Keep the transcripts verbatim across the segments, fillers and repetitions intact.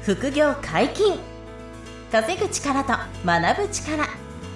副業解禁。稼ぐ力と学ぶ力。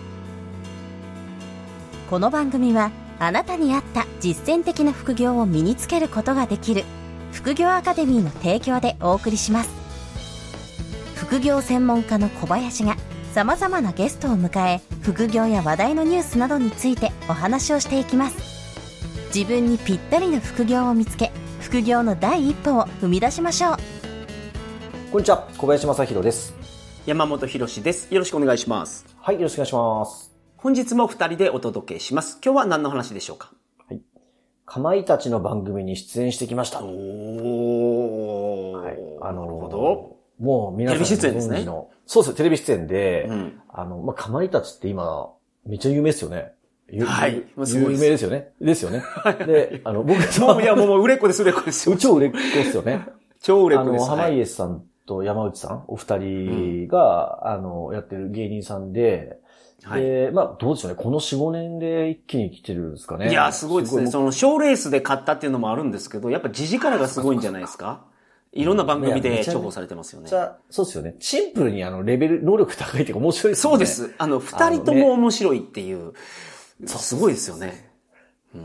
この番組はあなたに合った実践的な副業を身につけることができる副業アカデミーの提供でお送りします。副業専門家の小林がさまざまなゲストを迎え、副業や話題のニュースなどについてお話をしていきます。自分にぴったりの副業を見つけ、副業の第一歩を踏み出しましょう。 こんにちは、小林正弘です。 山本博です。よろしくお願いします。 はい、よろしくお願いします。 本日も二人でお届けします。今日は何の話でしょうか？ はい。かまいたちの番組に出演してきました。おー。はい。 あのー、 なるほど。 もう皆さんご存知の。テレビ出演ですね。そうです、テレビ出演で、うん、あの、まあ、かまいたちって今、めっちゃ有名ですよね。 はい。 有名ですよね。ですよね。で、あの、僕もう、いや、もう売れっ子です、売れっ子ですよ。 超売れっ子ですよね。 超売れっ子です。 あの、濱家さんと山内さん、お二人が、うん、あの、やってる芸人さんで、はい、で、まあ、どうでしょうね。このよん、ごねんで一気に来てるんですかね。 いや、すごいですね。その、賞レースで勝ったっていうのもあるんですけど、やっぱ地力がすごいんじゃないですか？いろんな番組で重宝されてますよね。 じゃあ、そうですよね。シンプルにあの、レベル、能力高いっていうか面白いですよね。 そうです。あの、二人とも面白いっていう。そう、すごいですよね。 うん、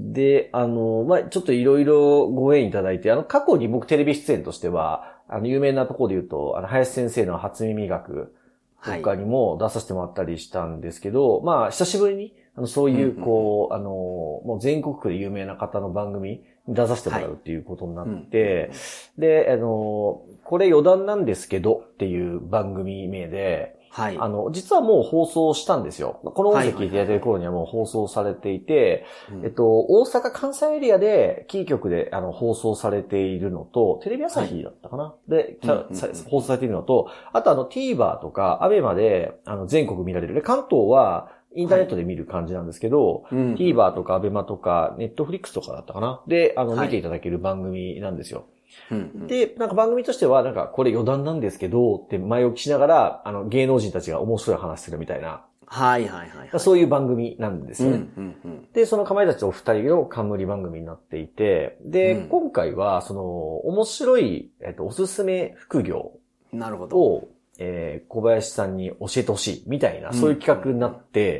で、あの、まあ、ちょっといろいろご縁いただいて、あの、過去に僕テレビ出演としては、あの、有名なところで言うと、あの、林先生の初耳学とかにも出させてもらったりしたんですけど、はい、まあ、久しぶりに、あの、そういう、こう、うんうんうん、あの、もう全国区で有名な方の番組に出させてもらうっていうことになって、はいうん、で、あの、これ余談なんですけどっていう番組名で、はい。あの、実はもう放送したんですよ。この音声聞いてやってる頃にはもう放送されていて、えっと、大阪・関西エリアでキー局であの放送されているのと、テレビ朝日だったかな、はい、で、うんうんうん、放送されているのと、あとあの TVer とか アベマ であの全国見られる。で、関東はインターネットで見る感じなんですけど、はいうん、TVer とか アベマ とか Netflix とかだったかなで、あの、見ていただける番組なんですよ。はいうんうん、で、なんか番組としては、なんかこれ余談なんですけど、って前置きしながら、あの芸能人たちが面白い話するみたいな。 はいはいはい、はい。 そういう番組なんですよね。 うんうんうん、 で、そのかまいたちお二人の冠番組になっていて、で、うん、今回は、その、面白い、えっと、おすすめ副業なるほどを、えー、小林さんに教えてほしい、みたいな、そういう企画になって、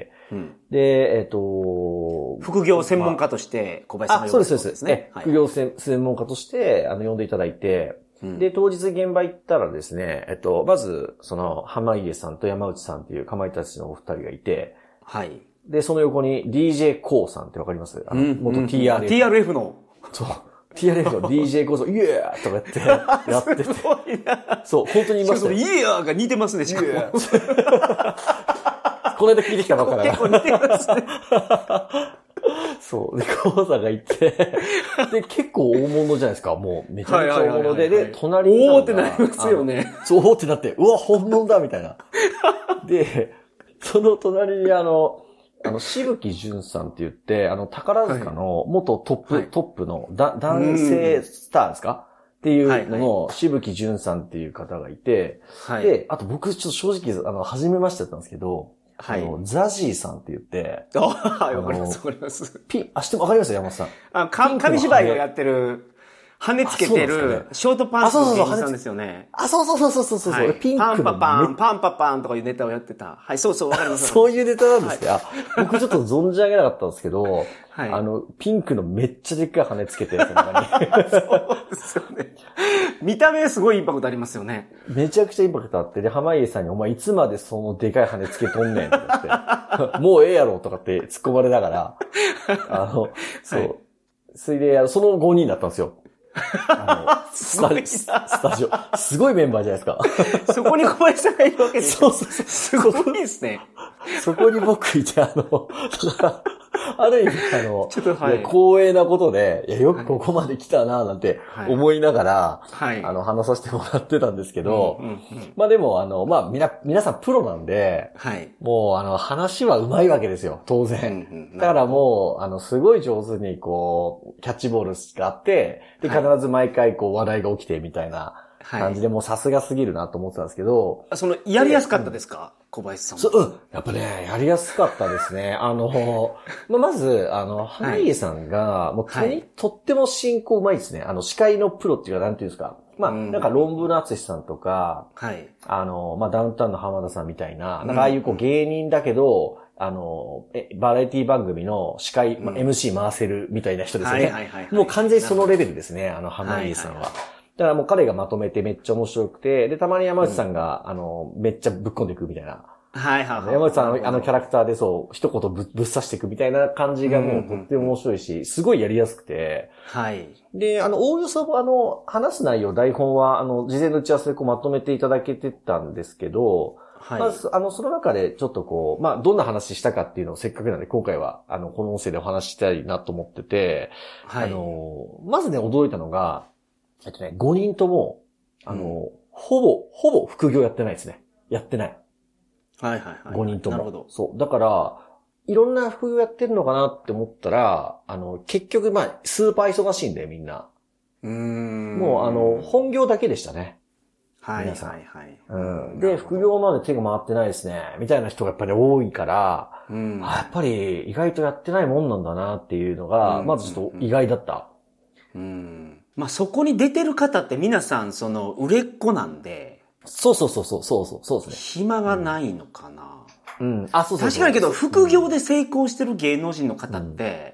うんうん、で、えっと、 副業専門家として小林さんが呼んでいただいて、 そうです、そうですね。はい、副業専門家として、あの、呼んでいただいて、うん、で、当日現場行ったらですね、えっと、まず、その、濱家さんと山内さんっていうかまいたちのお二人がいて、 はい。で、 その横に ディージェー コーさんってわかります？あの、うん、元 ティーアールエフ。 ティーアールエフ の。 そう。ティーアールエフ の ディージェー コーさん、イエーとかやって、やってて。 すごいな。 そう、本当にいましたよ。 イエーが似てますね、しかも。 この間聞いてきたばっかだ結構似てますね。 そう。で、コウさんがいて、で、結構大物じゃないですか。もう、めちゃめちゃ大物で、で、隣に。 おーってなりますよね。 そう、おーってなって、うわ、本物だみたいな。で、その隣にあの、あの、しぶきじゅんさんって言って、あの、宝塚の元トップ、はい、トップのだ男性スターですかっていうのの、しぶきじゅんさんっていう方がいて、はい、で、あと僕ちょっと正直、あの、初めましてだったんですけど、はい。あの、ザジーさんって言って。 ああ、わかります、わかります。 ピン、あ、知ってもわかりますよ、山本さん。 あ、か、紙芝居をやってる、羽根つけてる、ショートパンツの芸人さんですよね。 あ、そうそうそうそうそうそう、はい、 ピンクの。パンパパン、パンパパンとかいうネタをやってた。はい、そうそう、わかります。 そういうネタなんですね。はい、僕ちょっと存じ上げなかったんですけど、はい、あの、ピンクのめっちゃでっかい羽つけてる中に。 そうですよね。見た目すごいインパクトありますよね。 めちゃくちゃインパクトあって、で、濱家さんにお前いつまでそのでかい羽つけとんねんって言って、もうええやろとかって突っ込まれながら、あの、そう。はい、それで、そのごにんだったんですよ。 あのスタスタジオ。すごいメンバーじゃないですか。 そこに小林さんがいるわけですよ。そうそうそう。 すごいですね。 そこに僕いて、あの、だから、ある意味、あの、 ちょっとはい、 光栄なことで、いや、よくここまで来たなぁなんて思いながら、はい、あの、話させてもらってたんですけど、うんうんうん、まあでも、あの、まあ、みな、皆さんプロなんで、はい、もう、あの、話は上手いわけですよ、当然。うんうん、だからもう、あの、すごい上手に、こう、キャッチボールがあって、で、必ず毎回、こう、話題が起きてみたいな感じで、もうさすがすぎるなと思ってたんですけど。 その、やりやすかったですか？ 小林さん。 そう、うん。やっぱね、やりやすかったですね。あの、ま、まず、あの、濱家さんが、もうとに、はい、とっても進行うまいですね。あの、司会のプロっていうか、なんていうんですか。まあ、なんか論文の厚さんとか、はい。あの、まあ、ダウンタウンの浜田さんみたいな、なんかああいうこう芸人だけど、あの、え、バラエティ番組の司会、まあ、エムシー 回せるみたいな人ですよね。はいはいはいはい、もう完全にそのレベルですね、あの、濱家さんは。はいはいはい、だからもう彼がまとめてめっちゃ面白くて、で、たまに山内さんが、うん、あの、めっちゃぶっ込んでいくみたいな。はいはいはい。山内さんのあのキャラクターでそう、一言ぶぶっ刺していくみたいな感じがもうとっても面白いし、すごいやりやすくて。はい。で、あの、おおよそあの、話す内容、台本は、あの、事前の打ち合わせでこうまとめていただけてたんですけど、はい。まず、あの、その中でちょっとこう、まあ、どんな話したかっていうのをせっかくなんで、今回は、あの、この音声でお話ししたいなと思ってて、はい。あの、まずね、驚いたのが、えっとね、ごにんとも、あの、うん、ほぼ、ほぼ副業やってないですね。やってない。はいはいはい。ごにんとも。なるほど。そう。だから、いろんな副業やってるのかなって思ったら、あの、結局、まあ、スーパー忙しいんだよ、みんな。うーん。もう、あの、本業だけでしたね。はいはいはい。うん。で、副業まで手が回ってないですね。みたいな人がやっぱり多いから、うん。あ、やっぱり意外とやってないもんなんだなっていうのが、まずちょっと意外だった。 うん。うん、まあ、そこに出てる方って皆さん、その、売れっ子なんで、 そうそうそうそう、そうそう、そうですね。 暇がないのかな。 うん。うん、あ、そうそうそう。 確かにけど、副業で成功してる芸能人の方って、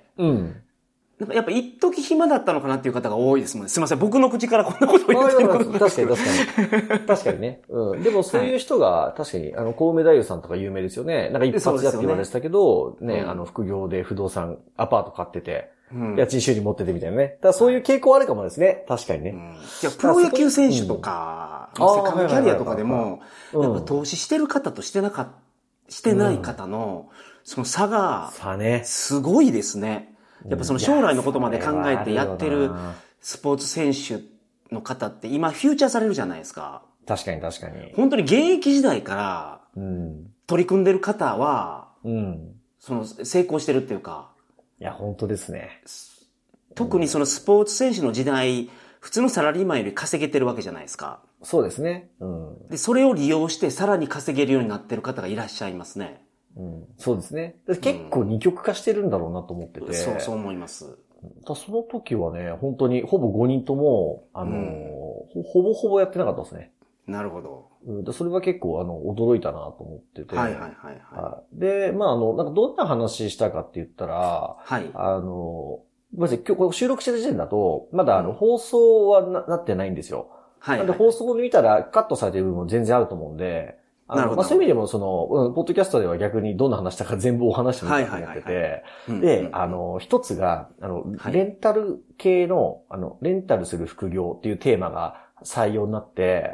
うん。うん、なんかやっぱ一時暇だったのかなっていう方が多いですもんね。すみません。僕の口からこんなことを言ってることないですけど。確かに確かに。確かにね。うん。でもそういう人が、確かに、あの、コウメ太夫さんとか有名ですよね。なんか一発やって言われてたけど、ね、ね、うん、あの、副業で不動産、アパート買ってて、うん、家賃収入持っててみたいなね。だからそういう傾向あるかもですね。確かにね。うん、いや、プロ野球選手とか、うん、セカンドキャリアとかでも、やっぱ投資してる方としてなか、してない方の、その差が、すごいですね。やっぱその将来のことまで考えてやってるスポーツ選手の方って今フューチャーされるじゃないですか。 確かに確かに。 本当に現役時代から取り組んでる方は、うん、その成功してるっていうか。 いや、本当ですね。 特にそのスポーツ選手の時代、普通のサラリーマンより稼げてるわけじゃないですか。 そうですね。うん、 で、それを利用してさらに稼げるようになってる方がいらっしゃいますね。 うん、そうですね。結構二極化してるんだろうなと思ってて。うん、 そう、そう思います。 その時はね、本当にほぼごにんとも、あのーうん、ほぼほぼやってなかったですね。 なるほど。 うん、それは結構あの、驚いたなと思ってて。はいはいはい、はい。で、まああの、なんかどんな話したかって言ったら、はい。あの、ごめんなさい、今日これ収録してる時点だと、まだあの、うん、放送は な, なってないんですよ。はい、はい。なんで放送で見たらカットされてる部分も全然あると思うんで、あの、まあ、そういう意味でも、その、うん、ポッドキャストでは逆にどんな話したか全部お話してみたいと思ってて、で、あの、一つが、あの、レンタル系の、あの、レンタルする副業っていうテーマが採用になって、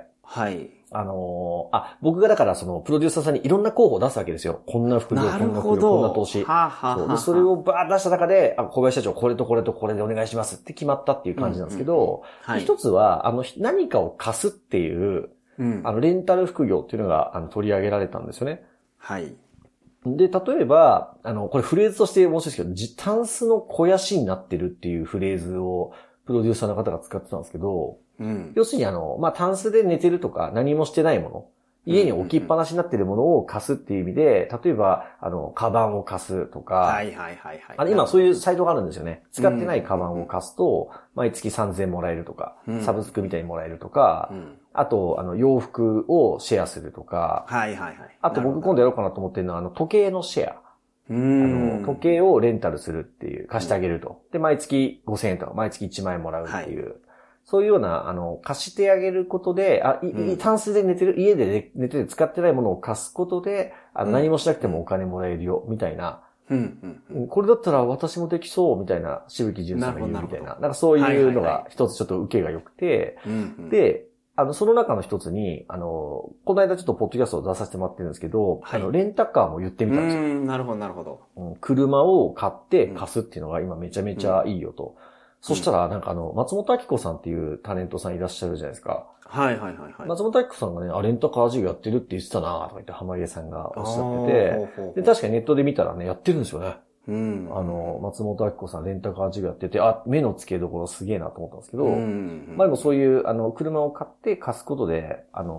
はい。あの、あ、僕がだからその、プロデューサーさんにいろんな候補を出すわけですよ。こんな副業、こんな副業、こんな投資。はあはあはあ、そうで、それをバー出した中で、あ、小林社長、これとこれとこれでお願いしますって決まったっていう感じなんですけど、うんうん、はい。一つは、あの、何かを貸すっていう、うん、あの、レンタル副業っていうのが、あの、取り上げられたんですよね。はい。で、例えば、あの、これフレーズとして面白いですけど、タンスの肥やしになってるっていうフレーズを、プロデューサーの方が使ってたんですけど、うん、要するにあの、まあ、タンスで寝てるとか何もしてないもの、家に置きっぱなしになっているものを貸すっていう意味で、例えば、あの、カバンを貸すとか、はいはいはいはい。あの、今そういうサイトがあるんですよね。使ってないカバンを貸すと、毎月さんぜんえんもらえるとか、うん、サブスクみたいにもらえるとか、うん、あと、あの、洋服をシェアするとか、はいはいはい。あと僕今度やろうかなと思ってるのは、あの、時計のシェア。あの、時計をレンタルするっていう、貸してあげると。で、毎月ごせんえんとか、毎月いちまんえんもらうっていう。はい、そういうような、あの、貸してあげることで、あ、い、うん、タンスで寝てる、家で寝てて使ってないものを貸すことで、あの、うん、何もしなくてもお金もらえるよ、みたいな。うんうん、これだったら私もできそう、みたいな、しぶきじゅんさんが言うみたいな。なんかそういうのが一つちょっと受けが良くて、で、あの、その中の一つに、あの、この間ちょっとポッドキャストを出させてもらってるんですけど、はい、あの、レンタカーも言ってみたんですよ。 うん、なるほど、なるほど、 うん。車を買って貸すっていうのが今めちゃめちゃいいよと。うん、そしたら、なんかあの、松本明子さんっていうタレントさんいらっしゃるじゃないですか。はいはいはい、はい。松本明子さんがね、あ、レンタカー事業やってるって言ってたなとか言って濱家さんがおっしゃってて、ほうほうほう、で、確かにネットで見たらね、やってるんですよね。うん、あの、松本明子さんレンタカー事業やってて、あ、目の付けどころすげえなと思ったんですけど、うん、まあでもそういう、あの、車を買って貸すことで、あの、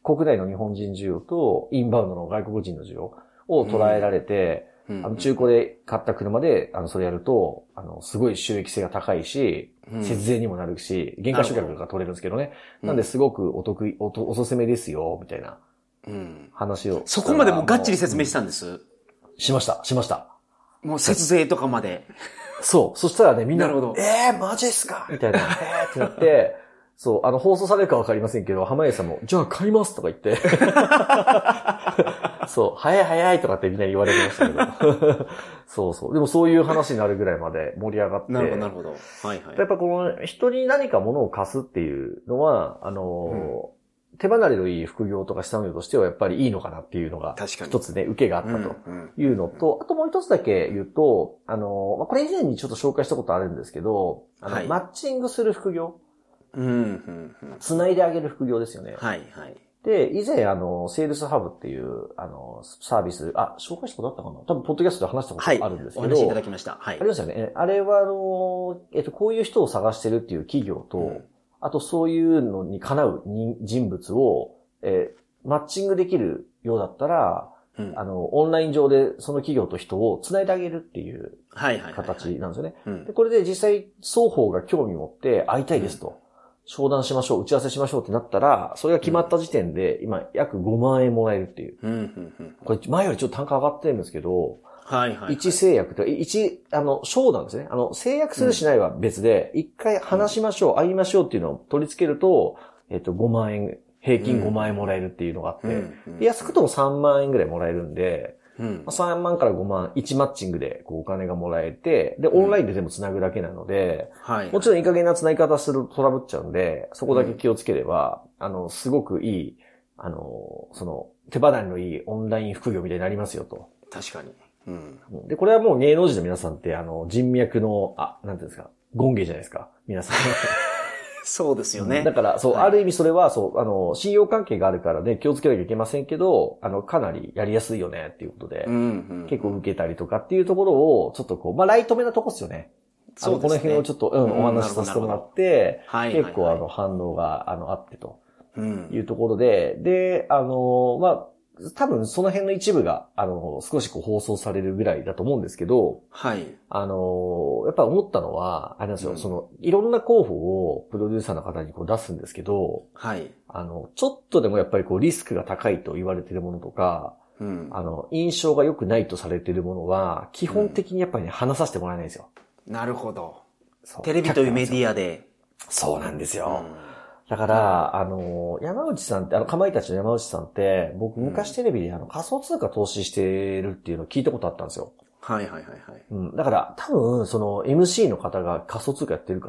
国内の日本人需要とインバウンドの外国人の需要を捉えられて、うん、あの中古で買った車で、あの、それやると、あの、すごい収益性が高いし、うん、節税にもなるし、原価償却が取れるんですけどね。な, なんですごくお得意、おと、おすすめですよ、みたいな話を、うん。 そこまでもうがっちり説明したんです、うん、 しました、しました。 もう節税とかまで。 そう。そしたらね、みんな、えー、マジっすかみたいな、えーってなって、そう、あの、放送されるかわかりませんけど、濱家さんも、じゃあ買いますとか言って。そう、早い早いとかってみんなに言われてましたけど。そうそう。でもそういう話になるぐらいまで盛り上がって。 なるほど、なるほど。はいはい。 やっぱこの人に何か物を貸すっていうのは、あの、うん、手離れのいい副業とか資産運用としてはやっぱりいいのかなっていうのが、一つね、受けがあったというのと、うんうん、あともう一つだけ言うと、あの、まあ、これ以前にちょっと紹介したことあるんですけど、あの、はい、マッチングする副業。 うんうんうん、 繋いであげる副業ですよね。 はいはい。 で、以前あの、セールスハブっていう、あの、サービス、あ、紹介したことあったかな多分、ポッドキャストで話したことあるんですけど。はい、 お話いただきました。はい。 ありますよね。あれはあの、えっと、こういう人を探してるっていう企業と、うん、あとそういうのにかなう人物を、えー、マッチングできるようだったら、うん、あの、オンライン上でその企業と人を繋いであげるっていう形なんですよね。で、これで実際双方が興味持って会いたいですと。うん、商談しましょう、打ち合わせしましょうってなったら、それが決まった時点で、今、約ごまんえんもらえるっていう。 うんうんうん、 これ、前よりちょっと単価上がってるんですけど、 はいはいはい、 一制約って、一、あの、商談ですね。あの、制約するしないは別で、一、うん、回話しましょう、会いましょうっていうのを取り付けると、えっと、ごまんえん、平均ごまんえんもらえるっていうのがあって、うんうん、安くともさんまんえんぐらいもらえるんで、うんまあ、さんまんからごまん、いちマッチングでこうお金がもらえて、で、オンラインで全部繋ぐだけなので、うんはい、もちろんいい加減な繋ぎ方するとトラブっちゃうんで、そこだけ気をつければ、うん、あの、すごくいい、あの、その、手離れのいいオンライン副業みたいになりますよと。 確かに。うん。 で、これはもう芸能人の皆さんって、あの、人脈の、あ、なんていうんですか、権芸じゃないですか、皆さん。 そうですよね。 だから、そう、はい、ある意味それは、そう、あの、信用関係があるからね、気をつけなきゃいけませんけど、あの、かなりやりやすいよねっていうことで、うんうんうん、結構受けたりとかっていうところを、ちょっとこう、まあ、ライトめなとこっすよね。そうですね。あの、この辺をちょっと、うん、お話しさせてもらって、はい、結構あの、反応が、あの、あってと、いうところで、うん、で、あの、まあ、多分その辺の一部が、あの、少しこう放送されるぐらいだと思うんですけど、 はい。 あの、やっぱ思ったのは、あれなんですよ、うん、その、いろんな候補をプロデューサーの方にこう出すんですけど、 はい。 あの、ちょっとでもやっぱりこうリスクが高いと言われているものとか、うん、あの、印象が良くないとされているものは、基本的にやっぱりね、話させてもらえないんですよ。 なるほど。テレビというメディアで。 そうなんですよ。うんだから、あの、山内さんって、あの、かまいたちの山内さんって、僕昔テレビであの仮想通貨投資してるっていうのを聞いたことあったんですよ。 はいはいはいはい。 うん。だから多分、その エムシー の方が仮想通貨やってるから、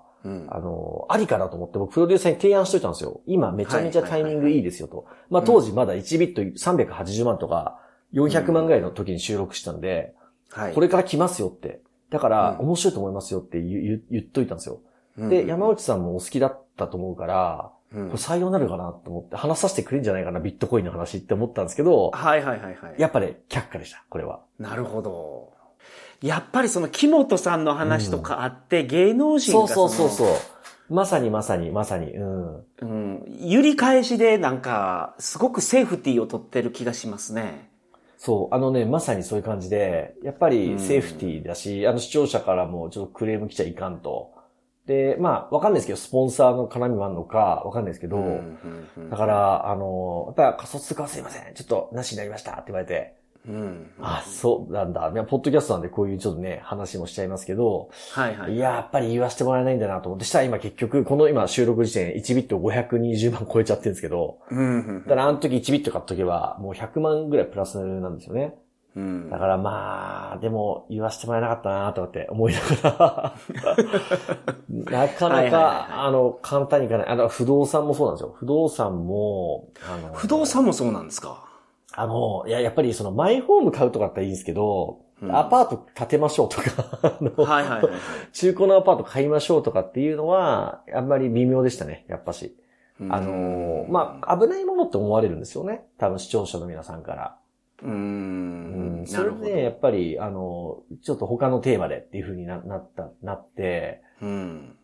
うん、あの、ありかなと思って僕プロデューサーに提案しといたんですよ。今めちゃめちゃタイミングいいですよと。まあ当時まだいちビットさんびゃくはちじゅうまんとかよんひゃくまんぐらいの時に収録したんで、うん、これから来ますよって。だから面白いと思いますよって言、うん、言っといたんですよ。で、山内さんもお好きだったと思うから、これ採用になるかなと思って話させてくれるんじゃないかな、ビットコインの話って思ったんですけど。 はいはいはいはい。 やっぱね、却下でした、これは。 なるほど。やっぱりその木本さんの話とかあって、うん、芸能人がそうそうそうそう。まさにまさにまさに。うん。 うん。揺り返しでなんか、すごくセーフティーを取ってる気がしますね。 そう。あのね、まさにそういう感じで、やっぱりセーフティーだし、うん、あの視聴者からもちょっとクレーム来ちゃいかんと。で、まあ、わかんないですけど、スポンサーの絡みもあるのか、わかんないですけど、うんうんうん、だから、あの、やっぱり仮想通貨はすいません、ちょっとなしになりましたって言われて、うんうん、あ、そうなんだ。いや、ポッドキャストなんでこういうちょっとね、話もしちゃいますけど、 はいはい。 いや、やっぱり言わせてもらえないんだなと思って、したら今結局、この今収録時点いちビットごひゃくにじゅうまん超えちゃってるんですけど、うんうんうん、だからあの時いちビット買っとけば、もうひゃくまんぐらいプラスなんですよね。うん、だからまあ、でも言わせてもらえなかったなとかって思いながら、なかなか、はいはいはい、あの、簡単にいかない。あの、不動産もそうなんですよ。不動産も、 あの、不動産もそうなんですか？ あの、いや、やっぱりそのマイホーム買うとかだったらいいんですけど、うん、アパート建てましょうとか、あの、はいはいはいはい、中古のアパート買いましょうとかっていうのは、あんまり微妙でしたね、やっぱし。あの、まあ、危ないものって思われるんですよね。多分視聴者の皆さんから。うーん、うん。それで、やっぱり、あの、ちょっと他のテーマでっていう風にな、なった、なって、うん。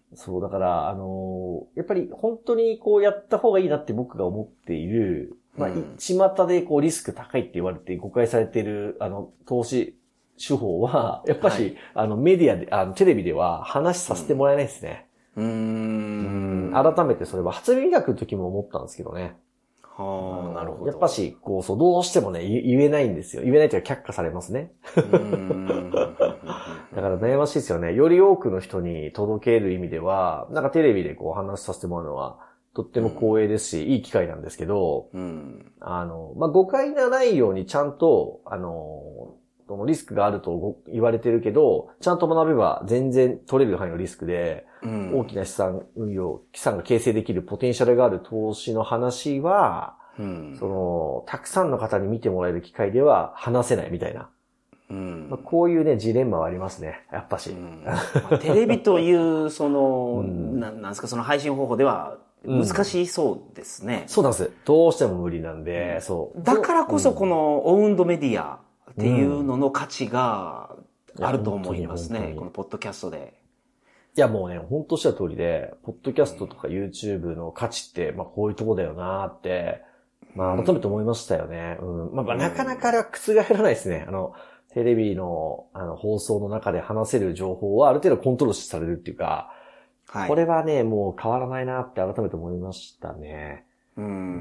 そう、だから、あのー、やっぱり本当にこうやった方がいいなって僕が思っている、まあ、巷でこうリスク高いって言われて誤解されている、あの、投資手法は、やっぱり、はい、あの、メディアで、あの、テレビでは話させてもらえないですね。 うーん。 改めてそれは初耳学の時も思ったんですけどね。 はあ、なるほど。 やっぱし、こう、そう、どうしてもね、言えないんですよ。言えないというか却下されますね。うーんだから悩ましいですよね。より多くの人に届ける意味では、なんかテレビでこう話させてもらうのは、とっても光栄ですし、うん、いい機会なんですけど、うん、あの、まあ、誤解がないようにちゃんと、あの、リスクがあると言われてるけど、ちゃんと学べば全然取れる範囲のリスクで、うん、大きな資産運用、資産が形成できるポテンシャルがある投資の話は、うん、その、たくさんの方に見てもらえる機会では話せないみたいな。うんまあ、こういうね、ジレンマはありますね。やっぱし。うんまあ、テレビという、その、うん、な、なんですか、その配信方法では難しそうですね。 うん、そうなんです。どうしても無理なんで、うん、そう。 だからこそこのオウンドメディアっていうのの価値があると思いますね。このポッドキャストで。 いやもうね、本当おっしゃる通りで、ポッドキャストとか YouTube の価値って、まあこういうとこだよなーって、まあ改めて思いましたよね。うん。まあ、まあ、なかなかあれは覆らないですね。あの、テレビの、あの、放送の中で話せる情報はある程度コントロールされるっていうか、はい、これはね、もう変わらないなって改めて思いましたね。うん。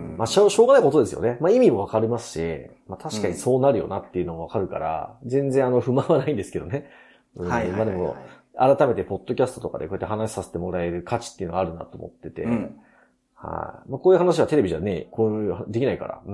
まあ、しょう、しょうがないことですよね。まあ、意味もわかりますし、まあ、確かにそうなるよなっていうのもわかるから、うん、全然あの、不満はないんですけどね。うん、はいはいはいはい。まあでも、改めてポッドキャストとかでこうやって話させてもらえる価値っていうのがあるなと思ってて、うん、はい、あ。まあ、こういう話はテレビじゃね、こういう、できないから。うん。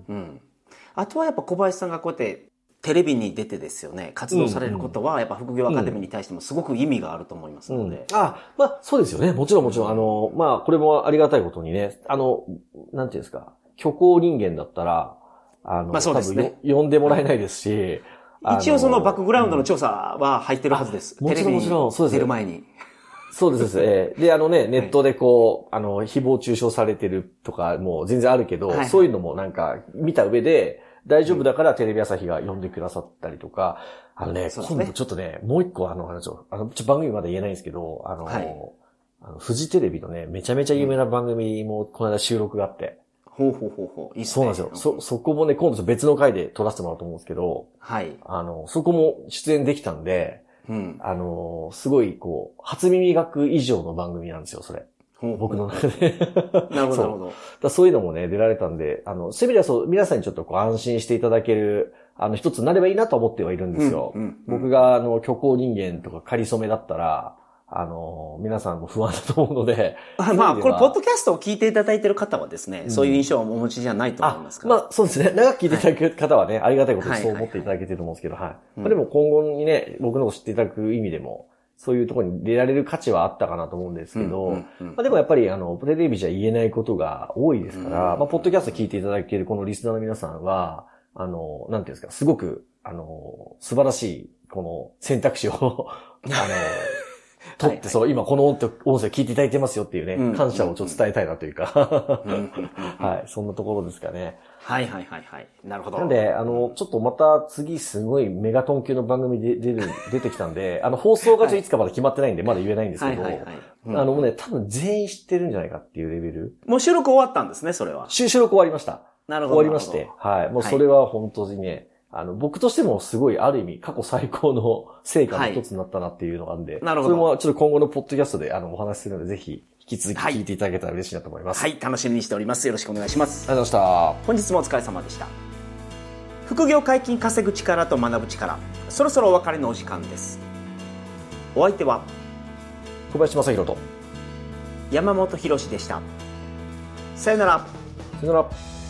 うん。あとはやっぱ小林さんがこうやってテレビに出てですよね、活動されることはやっぱ副業アカデミーに対してもすごく意味があると思いますので。うんうん、 あ、まあそうですよね。もちろんもちろん、あの、まあこれもありがたいことにね、あの、なんていうんですか、虚構人間だったら、あの、まあそうですね、多分呼んでもらえないですし、 一応そのバックグラウンドの調査は入ってるはずです。 うん、もちろんもちろん、そうです。 出る前に。 そうです。えー、で、あのね、ネットでこう、はい、あの、誹謗中傷されてるとかも全然あるけど、はいはい、そういうのもなんか見た上で、大丈夫だからテレビ朝日が呼んでくださったりとか、あのね、ね今度ちょっとね、もう一個あの話を、あの、ちょ番組まだ言えないんですけど、あの、はい、あのフジテレビのね、めちゃめちゃ有名な番組もこの間収録があって。 ほうほうほうほう。いいっすね。 そうなんですよ。そ、そこもね、今度別の回で撮らせてもらうと思うんですけど、はい。あの、そこも出演できたんで、うん。あの、すごい、こう、初耳学以上の番組なんですよ、それ。僕の中で。 なるほど、なるほど。 だそういうのもね、出られたんで、あの、そういう意味ではそう、皆さんにちょっとこう安心していただける、あの、一つになればいいなと思ってはいるんですよ。うんうんうん、僕が、あの、虚構人間とか仮初めだったら、あの、皆さんも不安だと思うので。 あまあ、これ、ポッドキャストを聞いていただいている方はですね、うん、そういう印象はお持ちじゃないと思いますから。 まあ、そうですね。長く聞いていただく方はね、はい、ありがたいことにそう思っていただけてると思うんですけど、はい。はいはいはい、まあ、でも今後にね、僕のを知っていただく意味でも、そういうところに出られる価値はあったかなと思うんですけど、うんうんうん、まあ、でもやっぱりあの、テレビじゃ言えないことが多いですから、うん、まあ、ポッドキャスト聞いていただけるこのリスナーの皆さんは、あの、なんていうんですか、すごく、あの、素晴らしい、この選択肢を、あの、取って、そう、今この音声聞いていただいてますよっていうね、うん、感謝をちょっと伝えたいなというか、はい、そんなところですかね。 はいはいはいはい。なるほど。 なんで、あの、ちょっとまた次すごいメガトン級の番組で出る、出てきたんで、あの、放送がいつかまだ決まってないんで、まだ言えないんですけど、はいはいはいうん、あのもうね、多分全員知ってるんじゃないかっていうレベル。 もう収録終わったんですね、それは。 収録終わりました。 なるほど。 終わりまして、はい。もうそれは本当にね、はいあの、僕としてもすごいある意味過去最高の成果の一つになったなっていうのがあるんで、はい、なるほど。それもちょっと今後のポッドキャストであのお話しするので、ぜひ引き続き聞いていただけたら嬉しいなと思います。 はい、はい、楽しみにしております。よろしくお願いします。 ありがとうございました。 本日もお疲れ様でした。副業解禁稼ぐ力と学ぶ力、そろそろお別れのお時間です。お相手は小林正弘と山本博史でした。さよなら。 さよなら。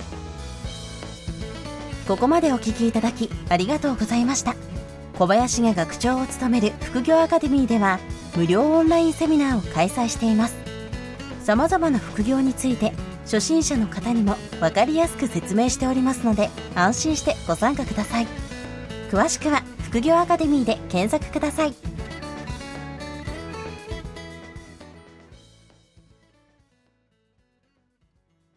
ここまでお聞きいただきありがとうございました。小林が学長を務める副業アカデミーでは無料オンラインセミナーを開催しています。様々な副業について初心者の方にも分かりやすく説明しておりますので安心してご参加ください。詳しくは副業アカデミーで検索ください。